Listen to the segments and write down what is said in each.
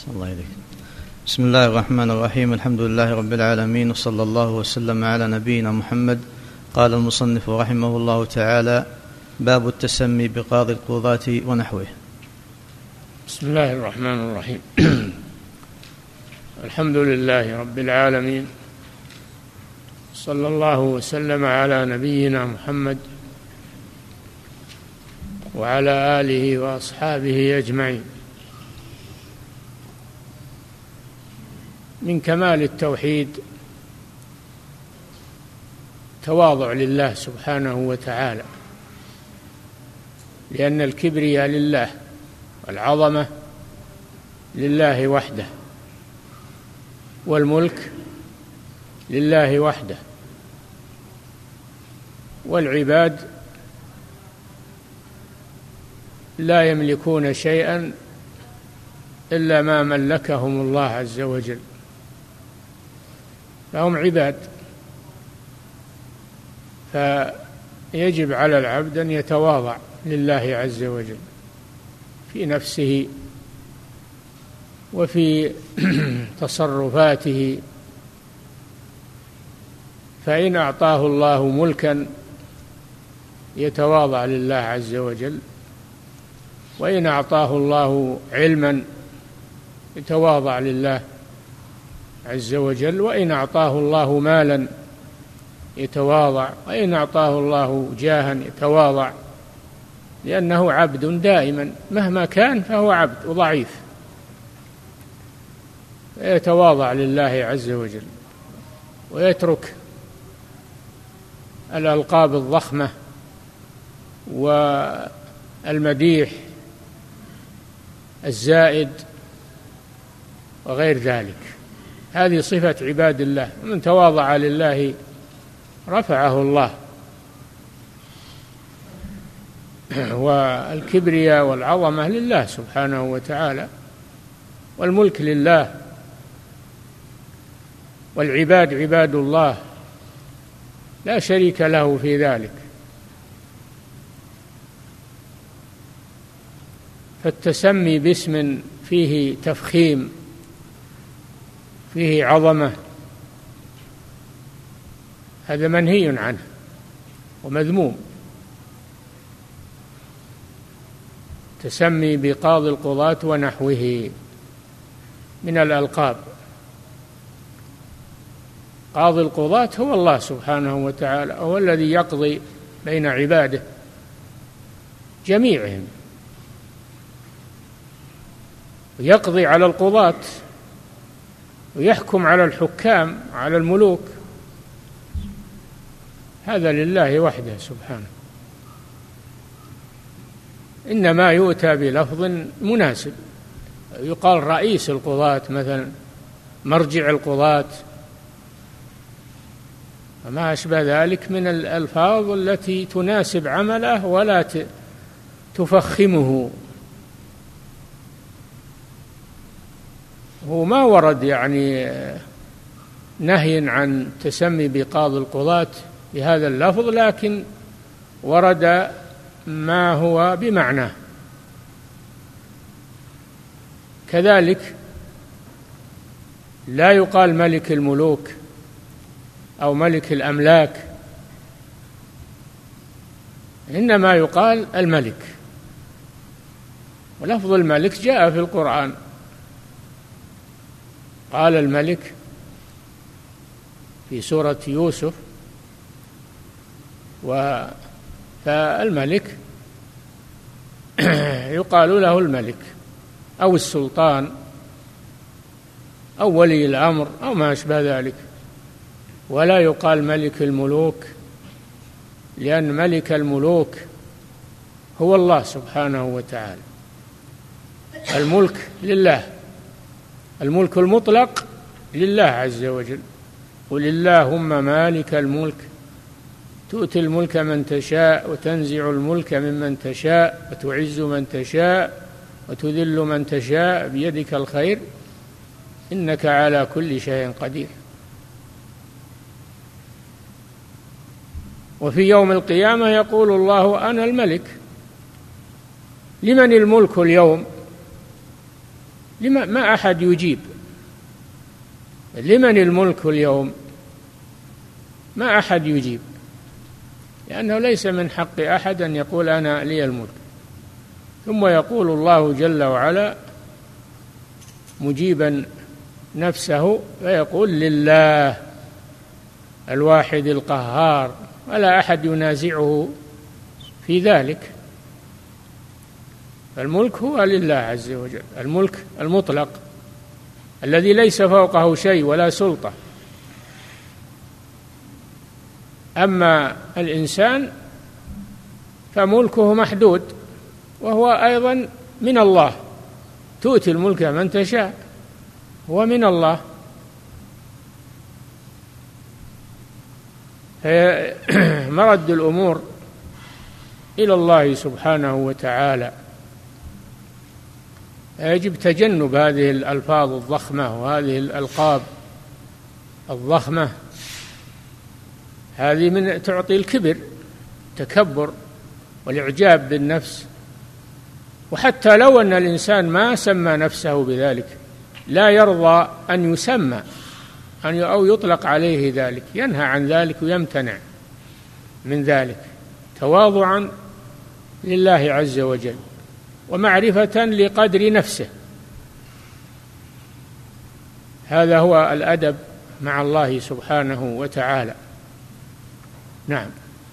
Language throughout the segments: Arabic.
الله إليك. بسم الله الرحمن الرحيم. الحمد لله رب العالمين، وصلى الله وسلم على نبينا محمد. قال المصنف رحمه الله تعالى: باب التسمي بقاضي القضاة ونحوه. بسم الله الرحمن الرحيم. الحمد لله رب العالمين، صلى الله وسلم على نبينا محمد وعلى آله وأصحابه أجمعين. من كمال التوحيد تواضع لله سبحانه وتعالى، لأن الكبرياء لله والعظمة لله وحده، والملك لله وحده، والعباد لا يملكون شيئا إلا ما ملكهم الله عز وجل، فهم عباد. فيجب على العبد أن يتواضع لله عز وجل في نفسه وفي تصرفاته. فإن أعطاه الله ملكا يتواضع لله عز وجل، وإن أعطاه الله علما يتواضع لله عز وجل، وإن أعطاه الله مالا يتواضع، وإن أعطاه الله جاها يتواضع، لأنه عبد دائما مهما كان فهو عبد وضعيف، يتواضع لله عز وجل ويترك الألقاب الضخمة والمديح الزائد وغير ذلك. هذه صفة عباد الله، من تواضع لله رفعه الله. والكبرياء والعظمة لله سبحانه وتعالى، والملك لله، والعباد عباد الله لا شريك له في ذلك. فالتسمي باسم فيه تفخيم، فيه عظمة، هذا منهي عنه ومذموم. تسمي بقاضي القضاة ونحوه من الألقاب. قاضي القضاة هو الله سبحانه وتعالى، هو الذي يقضي بين عباده جميعهم، ويقضي على القضاة ويحكم على الحكام على الملوك. هذا لله وحده سبحانه. إنما يؤتى بلفظ مناسب، يقال رئيس القضاة مثلا، مرجع القضاة، وما أشبه ذلك من الألفاظ التي تناسب عمله ولا تفخمه. هو ما ورد يعني نهي عن تسمي بقاضي القضاة بهذا اللفظ، لكن ورد ما هو بمعناه. كذلك لا يقال ملك الملوك أو ملك الأملاك، إنما يقال الملك. ولفظ الملك جاء في القرآن، قال الملك في سورة يوسف. فالملك يقال له الملك أو السلطان أو ولي الأمر أو ما أشبه ذلك، ولا يقال ملك الملوك، لأن ملك الملوك هو الله سبحانه وتعالى. الملك لله، الملك المطلق لله عز وجل. قل اللهم مالك الملك تؤتي الملك من تشاء وتنزع الملك ممن تشاء وتعز من تشاء وتذل من تشاء بيدك الخير إنك على كل شيء قدير. وفي يوم القيامة يقول الله أنا الملك. لمن الملك اليوم؟ ما أحد يجيب. لمن الملك اليوم؟ ما أحد يجيب، لأنه ليس من حق أحد أن يقول أنا لي الملك. ثم يقول الله جل وعلا مجيبا نفسه فيقول لله الواحد القهار، ولا أحد ينازعه في ذلك. الملك هو لله عز وجل، الملك المطلق الذي ليس فوقه شيء ولا سلطة. أما الإنسان فملكه محدود، وهو أيضا من الله، تؤتي الملك من تشاء، هو من الله. مرد الأمور إلى الله سبحانه وتعالى. يجب تجنب هذه الألفاظ الضخمة وهذه الألقاب الضخمة، هذه من تعطي الكبر، تكبر والإعجاب بالنفس. وحتى لو أن الإنسان ما سمى نفسه بذلك لا يرضى أن يسمى أو يطلق عليه ذلك، ينهى عن ذلك ويمتنع من ذلك تواضعا لله عز وجل ومعرفة لقدر نفسه. هذا هو الأدب مع الله سبحانه وتعالى. نعم.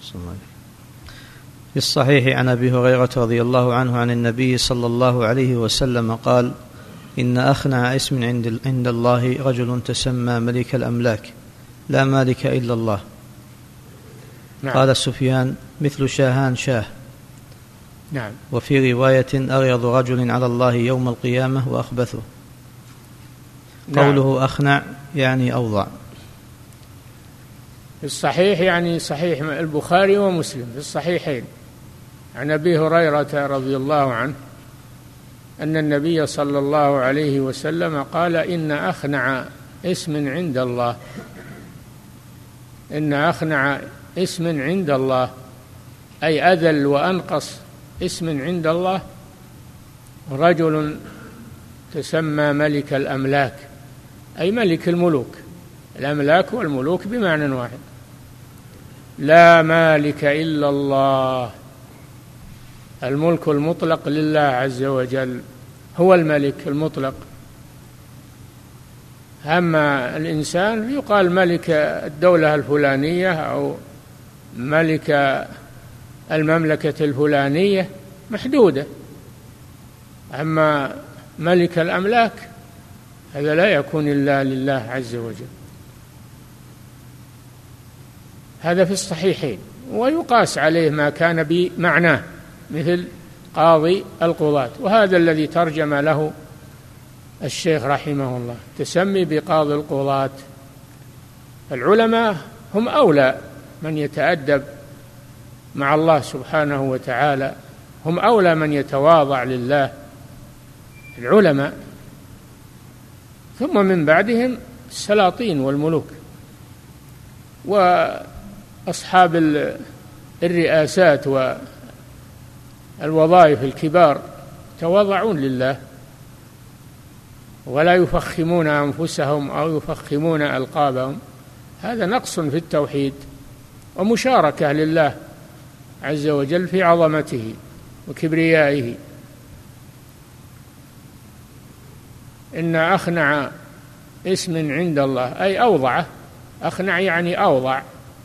في الصحيح عن أبي هريرة رضي الله عنه عن النبي صلى الله عليه وسلم قال: إن أخنع اسم عند الله رجل تسمى ملك الأملاك لا مالك إلا الله. نعم. قال سفيان: مثل شاهان شاه. نعم. وفي رواية: أغيض رجل على الله يوم القيامة وأخبثه. نعم. قوله أخنع يعني أوضع. في الصحيح يعني صحيح البخاري ومسلم في الصحيحين عن أبي هريرة رضي الله عنه أن النبي صلى الله عليه وسلم قال: إن أخنع اسم عند الله، إن أخنع اسم عند الله أي أذل وأنقص اسم عند الله رجل تسمى ملك الأملاك، أي ملك الملوك. الأملاك والملوك بمعنى واحد. لا مالك إلا الله، الملك المطلق لله عز وجل، هو الملك المطلق. أما الإنسان يقال ملك الدولة الفلانية أو ملك المملكة الفلانية، محدودة. أما ملك الأملاك هذا لا يكون إلا لله عز وجل. هذا في الصحيحين، ويقاس عليه ما كان بمعناه مثل قاضي القضاة، وهذا الذي ترجم له الشيخ رحمه الله، تسمي بقاضي القضاة. العلماء هم أولى من يتأدب مع الله سبحانه وتعالى، هم أولى من يتواضع لله، العلماء، ثم من بعدهم السلاطين والملوك وأصحاب الرئاسات والوظائف الكبار تواضعون لله ولا يفخمون أنفسهم أو يفخمون ألقابهم. هذا نقص في التوحيد ومشاركة لله عز وجل في عظمته وكبريائه. إن أخنع اسم عند الله أي أوضعه، أخنع يعني أوضع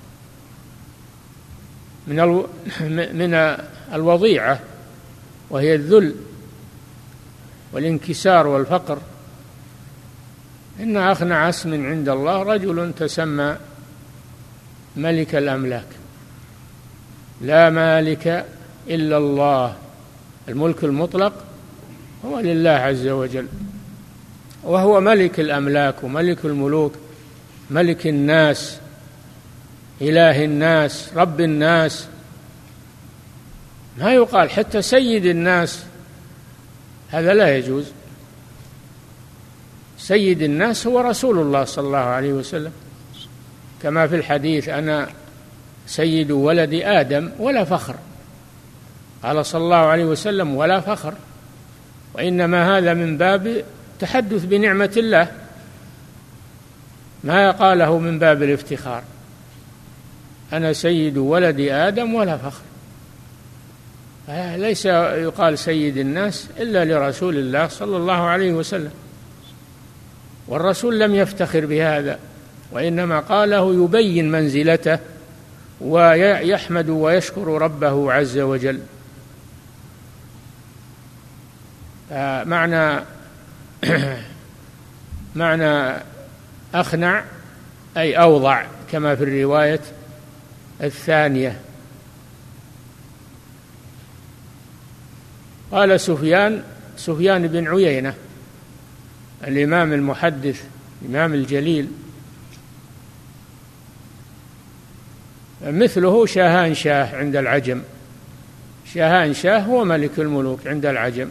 من الوضيعة وهي الذل والانكسار والفقر. إن أخنع اسم عند الله رجل تسمى ملك الأملاك لا مالك إلا الله، الملك المطلق هو لله عز وجل، وهو ملك الأملاك وملك الملوك، ملك الناس، إله الناس، رب الناس. ما يقال حتى سيد الناس، هذا لا يجوز. سيد الناس هو رسول الله صلى الله عليه وسلم، كما في الحديث: أنا سيد ولد آدم ولا فخر. قال صلى الله عليه وسلم: ولا فخر، وإنما هذا من باب التحدث بنعمة الله، ما قاله من باب الافتخار، أنا سيد ولد آدم ولا فخر. ليس يقال سيد الناس إلا لرسول الله صلى الله عليه وسلم، والرسول لم يفتخر بهذا، وإنما قاله يبين منزلته ويحمد ويشكر ربه عز وجل. معنى أخنع أي أوضع، كما في الرواية الثانية. قال سفيان بن عيينة الإمام المحدث الإمام الجليل: مثله شاهان شاه عند العجم. شاهان شاه هو ملك الملوك عند العجم،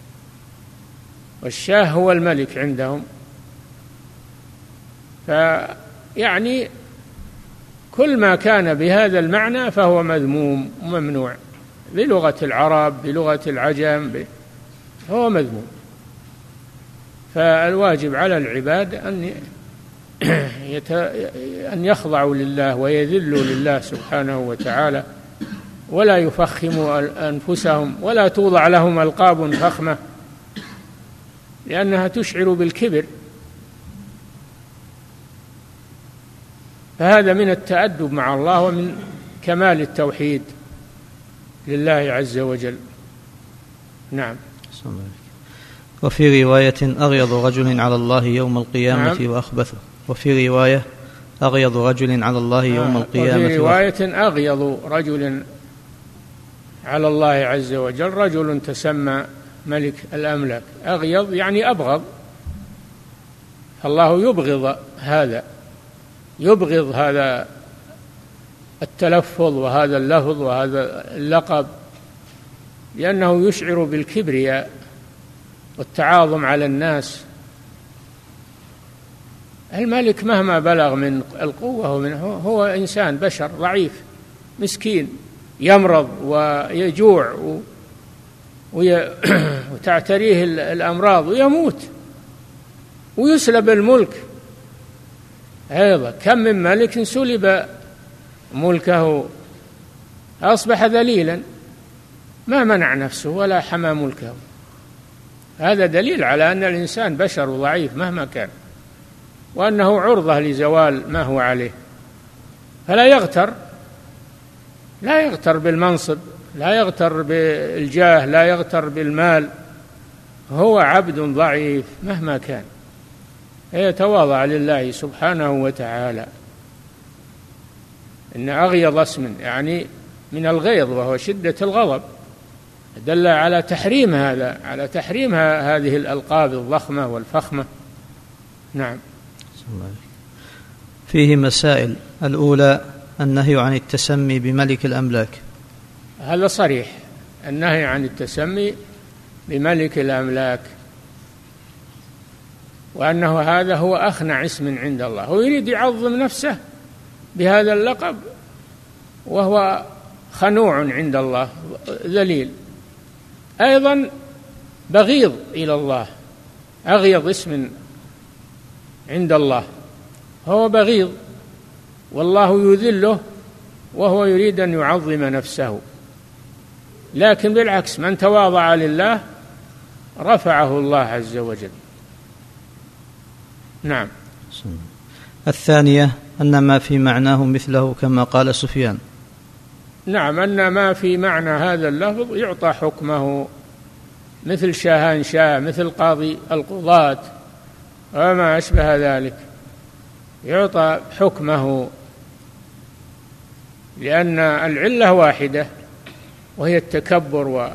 والشاه هو الملك عندهم. فيعني كل ما كان بهذا المعنى فهو مذموم وممنوع، بلغة العرب بلغة العجم هو مذموم. فالواجب على العباد أن يخضعوا لله ويذلوا لله سبحانه وتعالى، ولا يفخموا أنفسهم، ولا توضع لهم ألقاب فخمة، لأنها تشعر بالكبر. فهذا من التأدب مع الله ومن كمال التوحيد لله عز وجل. نعم. وفي رواية: أغيض رجل على الله يوم القيامة نعم. وأخبثه. وفي رواية: أغيض رجل على الله يوم القيامة. وفي رواية: أغيض رجل على الله عز وجل رجل تسمى ملك الأملاك. أغيض يعني أبغض، الله يبغض هذا التلفظ وهذا اللفظ وهذا اللقب، لأنه يشعر بالكبرياء والتعاظم على الناس. الملك مهما بلغ من القوة هو إنسان بشر ضعيف مسكين، يمرض ويجوع وتعتريه الأمراض ويموت ويسلب الملك. أيضا كم من ملك سلب ملكه أصبح ذليلا، ما منع نفسه ولا حمى ملكه. هذا دليل على أن الإنسان بشر ضعيف مهما كان، وأنه عرضة لزوال ما هو عليه. فلا يغتر بالمنصب، لا يغتر بالجاه، لا يغتر بالمال. هو عبد ضعيف مهما كان، يتواضع لله سبحانه وتعالى. إن أغيض اسم يعني من الغيظ، وهو شدة الغضب، دل على تحريم هذه الألقاب الضخمة والفخمة. نعم. فيه مسائل. الأولى: النهي عن التسمي بملك الأملاك. هذا صريح، النهي عن التسمي بملك الأملاك، وأنه هذا هو أخنع اسم عند الله. هو يريد يعظم نفسه بهذا اللقب، وهو خنوع عند الله ذليل. أيضا بغيض إلى الله، أغيض اسم عند الله، هو بغيض، والله يذله وهو يريد أن يعظم نفسه. لكن بالعكس، من تواضع لله رفعه الله عز وجل. نعم. الثانية: أن ما في معناه مثله كما قال سفيان. نعم، أن ما في معنى هذا اللفظ يعطى حكمه، مثل شاهان شاه، مثل قاضي القضاة وما أشبه ذلك، يعطى حكمه، لأن العلة واحدة وهي التكبر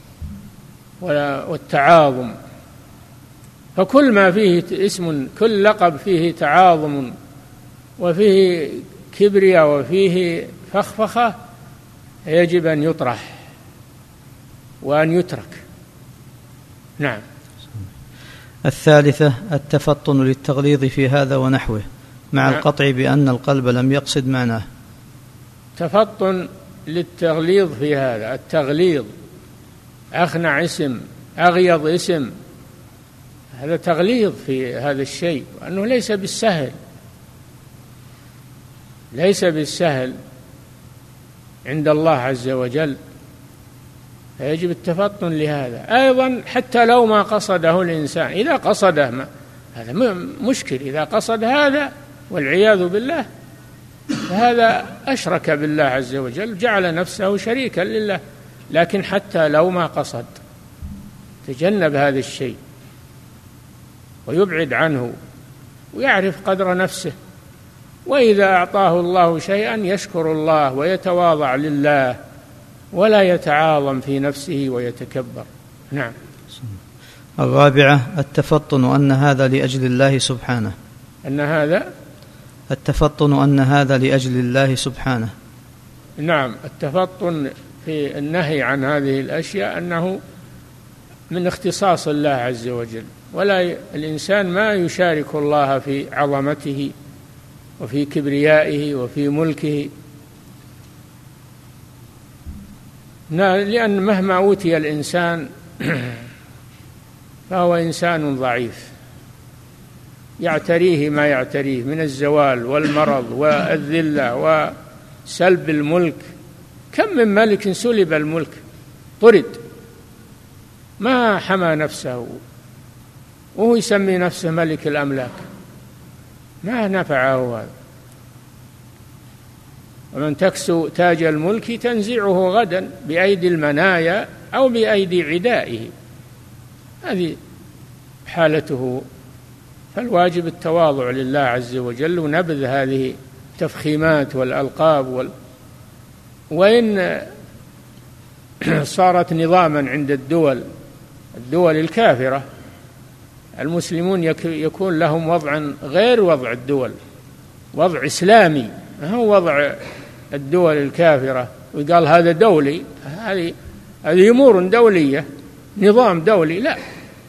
والتعاظم. فكل ما فيه اسم، كل لقب فيه تعاظم وفيه كبرياء وفيه فخفخة يجب أن يطرح وأن يترك. نعم. الثالثة: التفطن للتغليظ في هذا ونحوه، مع القطع بأن القلب لم يقصد معناه. تفطن للتغليظ في هذا، التغليظ، أخنع اسم، أغيض اسم، هذا تغليظ في هذا الشيء، وأنه ليس بالسهل، ليس بالسهل عند الله عز وجل، فيجب التفطن لهذا. أيضا حتى لو ما قصده الإنسان، إذا قصده هذا مشكل، إذا قصد هذا والعياذ بالله فهذا أشرك بالله عز وجل، جعل نفسه شريكا لله. لكن حتى لو ما قصد تجنب هذا الشيء ويبعد عنه ويعرف قدر نفسه، وإذا أعطاه الله شيئا يشكر الله ويتواضع لله ولا يتعاظم في نفسه ويتكبر. نعم. الرابعة التفطن أن هذا لأجل الله سبحانه. أن هذا التفطن أن هذا لأجل الله سبحانه. نعم، التفطن في النهي عن هذه الأشياء أنه من اختصاص الله عز وجل، ولا الإنسان ما يشارك الله في عظمته وفي كبريائه وفي ملكه، لأن مهما أوتي الإنسان فهو إنسان ضعيف يعتريه ما يعتريه من الزوال والمرض والذلة وسلب الملك. كم من ملك سلب الملك طرد ما حمى نفسه وهو يسمي نفسه ملك الأملاك، ما نفعه هذا. ومن تكسو تاج الملك تنزعه غدا بأيدي المنايا أو بأيدي عدائه، هذه حالته. فالواجب التواضع لله عز وجل ونبذ هذه التفخيمات والألقاب وإن صارت نظاما عند الدول الكافرة، المسلمون يكون لهم وضع غير وضع الدول، وضع إسلامي، ما هو وضع الدول الكافرة ويقال هذا دولي، هذه أمور دولية، نظام دولي. لا،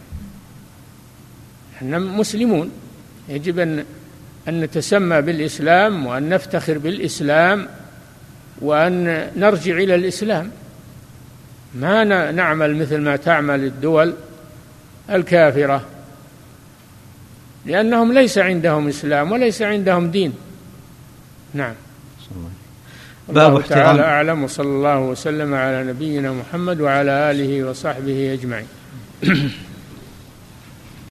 احنا مسلمون، يجب أن نتسمى بالإسلام وأن نفتخر بالإسلام وأن نرجع إلى الإسلام، ما نعمل مثل ما تعمل الدول الكافرة، لأنهم ليس عندهم إسلام وليس عندهم دين. نعم. الله تعالى أعلم، وصلى الله وسلم على نبينا محمد وعلى آله وصحبه أجمعين.